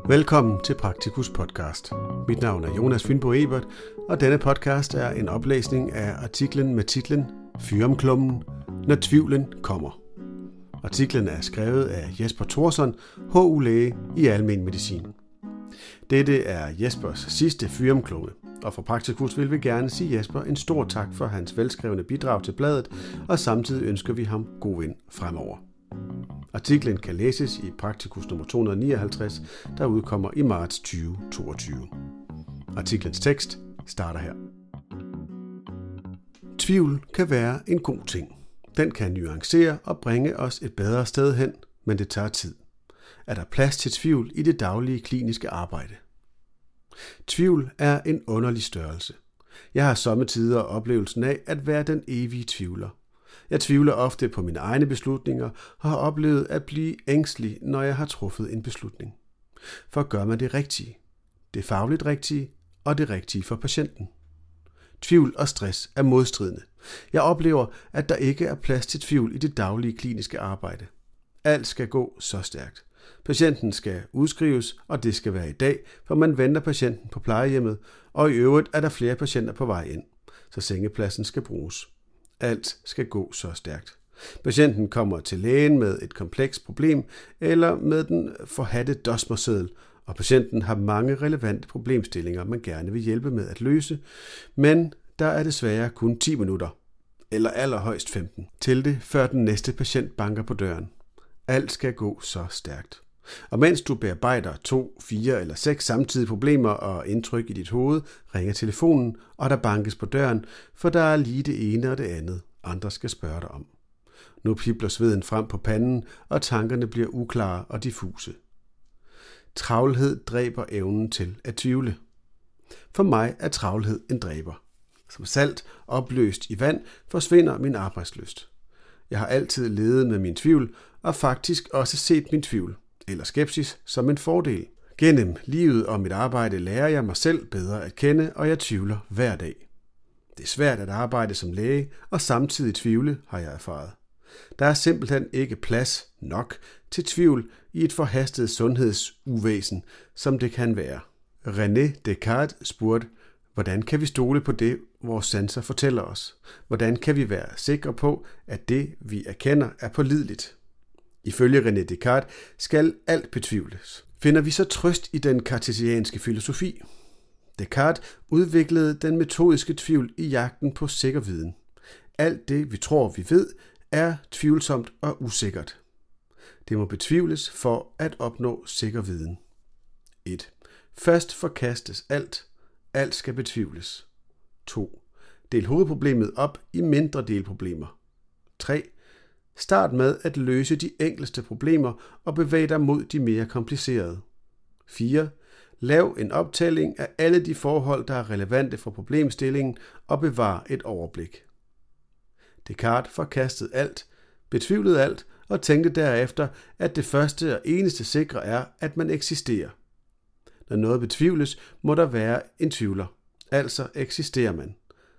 Velkommen til Praktikus podcast. Mit navn er Jonas Fynbo Ebert, og denne podcast er en oplæsning af artiklen med titlen Fyriumklummen, når tvivlen kommer. Artiklen er skrevet af Jesper Thorsson, HU-læge i almen medicin. Dette er Jespers sidste fyriumklumme, og fra Praktikus vil vi gerne sige Jesper en stor tak for hans velskrevne bidrag til bladet, og samtidig ønsker vi ham god vind fremover. Artiklen kan læses i Praktikus nummer 259, der udkommer i marts 2022. Artiklens tekst starter her. Tvivl kan være en god ting. Den kan nuancere og bringe os et bedre sted hen, men det tager tid. Er der plads til tvivl i det daglige kliniske arbejde? Tvivl er en underlig størrelse. Jeg har sommetider oplevelsen af at være den evige tvivler. Jeg tvivler ofte på mine egne beslutninger og har oplevet at blive ængstelig, når jeg har truffet en beslutning. For gør man det rigtige, det fagligt rigtige og det rigtige for patienten? Tvivl og stress er modstridende. Jeg oplever, at der ikke er plads til tvivl i det daglige kliniske arbejde. Alt skal gå så stærkt. Patienten skal udskrives, og det skal være i dag, for man venter patienten på plejehjemmet, og i øvrigt er der flere patienter på vej ind, så sengepladsen skal bruges. Alt skal gå så stærkt. Patienten kommer til lægen med et komplekst problem eller med den forhatte dosmerseddel, og patienten har mange relevante problemstillinger, man gerne vil hjælpe med at løse, men der er desværre kun 10 minutter, eller allerhøjst 15, til det, før den næste patient banker på døren. Alt skal gå så stærkt. Og mens du bearbejder 2, 4 eller 6 samtidige problemer og indtryk i dit hoved, ringer telefonen, og der bankes på døren, for der er lige det ene og det andet, andre skal spørge dig om. Nu pibler sveden frem på panden, og tankerne bliver uklare og diffuse. Travlhed dræber evnen til at tvivle. For mig er travlhed en dræber. Som salt opløst i vand forsvinder min arbejdslyst. Jeg har altid levet med min tvivl, og faktisk også set min tvivl, eller skepsis, som en fordel. Gennem livet og mit arbejde lærer jeg mig selv bedre at kende, og jeg tvivler hver dag. Det er svært at arbejde som læge, og samtidig tvivle, har jeg erfaret. Der er simpelthen ikke plads nok til tvivl i et forhastet sundhedsuvæsen, som det kan være. René Descartes spurgte, hvordan kan vi stole på det, vores sanser fortæller os? Hvordan kan vi være sikre på, at det, vi erkender, er pålideligt? Ifølge René Descartes skal alt betvivles. Finder vi så trøst i den kartesianske filosofi? Descartes udviklede den metodiske tvivl i jagten på sikker viden. Alt det, vi tror, vi ved, er tvivlsomt og usikkert. Det må betvivles for at opnå sikker viden. 1. Først forkastes alt. Alt skal betvivles. 2. Del hovedproblemet op i mindre delproblemer. 3. Start med at løse de enkleste problemer og bevæg dig mod de mere komplicerede. 4. Lav en optælling af alle de forhold, der er relevante for problemstillingen, og bevar et overblik. Descartes forkastede alt, betvivlede alt og tænkte derefter, at det første og eneste sikre er, at man eksisterer. Når noget betvivles, må der være en tvivler. Altså eksisterer man.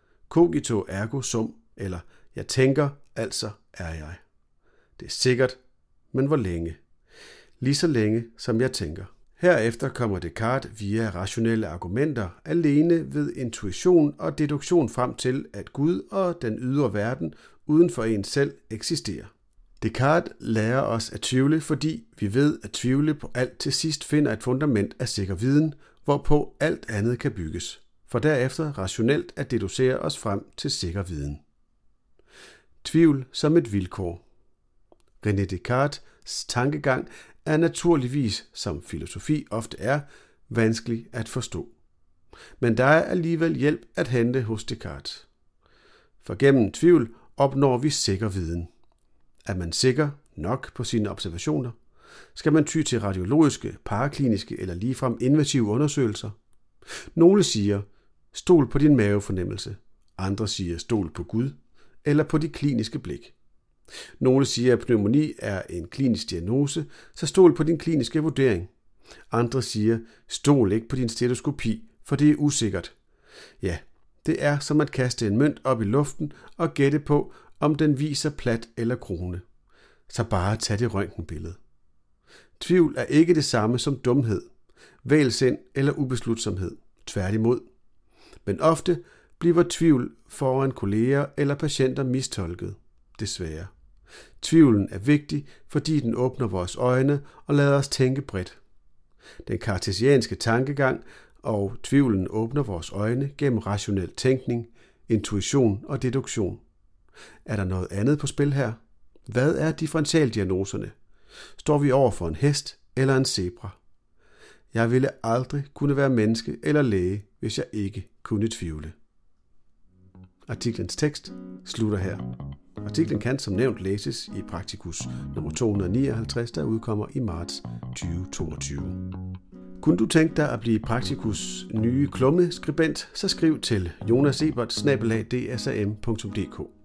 Cogito ergo sum, eller jeg tænker, altså er jeg. Det er sikkert, men hvor længe? Lige så længe, som jeg tænker. Herefter kommer Descartes via rationelle argumenter alene ved intuition og deduktion frem til, at Gud og den ydre verden uden for en selv eksisterer. Descartes lærer os at tvivle, fordi vi ved at tvivle på alt til sidst finder et fundament af sikker viden, hvorpå alt andet kan bygges, for derefter rationelt at deducere os frem til sikker viden. Tvivl som et vilkår. René Descartes' tankegang er naturligvis, som filosofi ofte er, vanskelig at forstå. Men der er alligevel hjælp at hente hos Descartes. For gennem tvivl opnår vi sikker viden. Er man sikker nok på sine observationer? Skal man ty til radiologiske, parakliniske eller ligefrem invasive undersøgelser? Nogle siger, stol på din mavefornemmelse. Andre siger, stol på Gud eller på de kliniske blik. Nogle siger, at pneumoni er en klinisk diagnose, så stol på din kliniske vurdering. Andre siger, stol ikke på din stetoskopi, for det er usikkert. Ja, det er som at kaste en mønt op i luften og gætte på, om den viser plat eller krone. Så bare tag det røntgenbillede. Tvivl er ikke det samme som dumhed. vægelsind eller ubeslutsomhed. Tværtimod. Men ofte bliver tvivl foran kolleger eller patienter mistolket. Desværre. Tvivlen er vigtig, fordi den åbner vores øjne og lader os tænke bredt. Den kartesianske tankegang og tvivlen åbner vores øjne gennem rationel tænkning, intuition og deduktion. Er der noget andet på spil her? Hvad er differentialdiagnoserne? Står vi over for en hest eller en zebra? Jeg ville aldrig kunne være menneske eller læge, hvis jeg ikke kunne tvivle. Artiklens tekst slutter her. Artiklen kan som nævnt læses i Praktikus nummer 259, der udkommer i marts 2022. Kunne du tænke dig at blive Praktikus nye klummeskribent, så skriv til jonasebert@dsam.dk.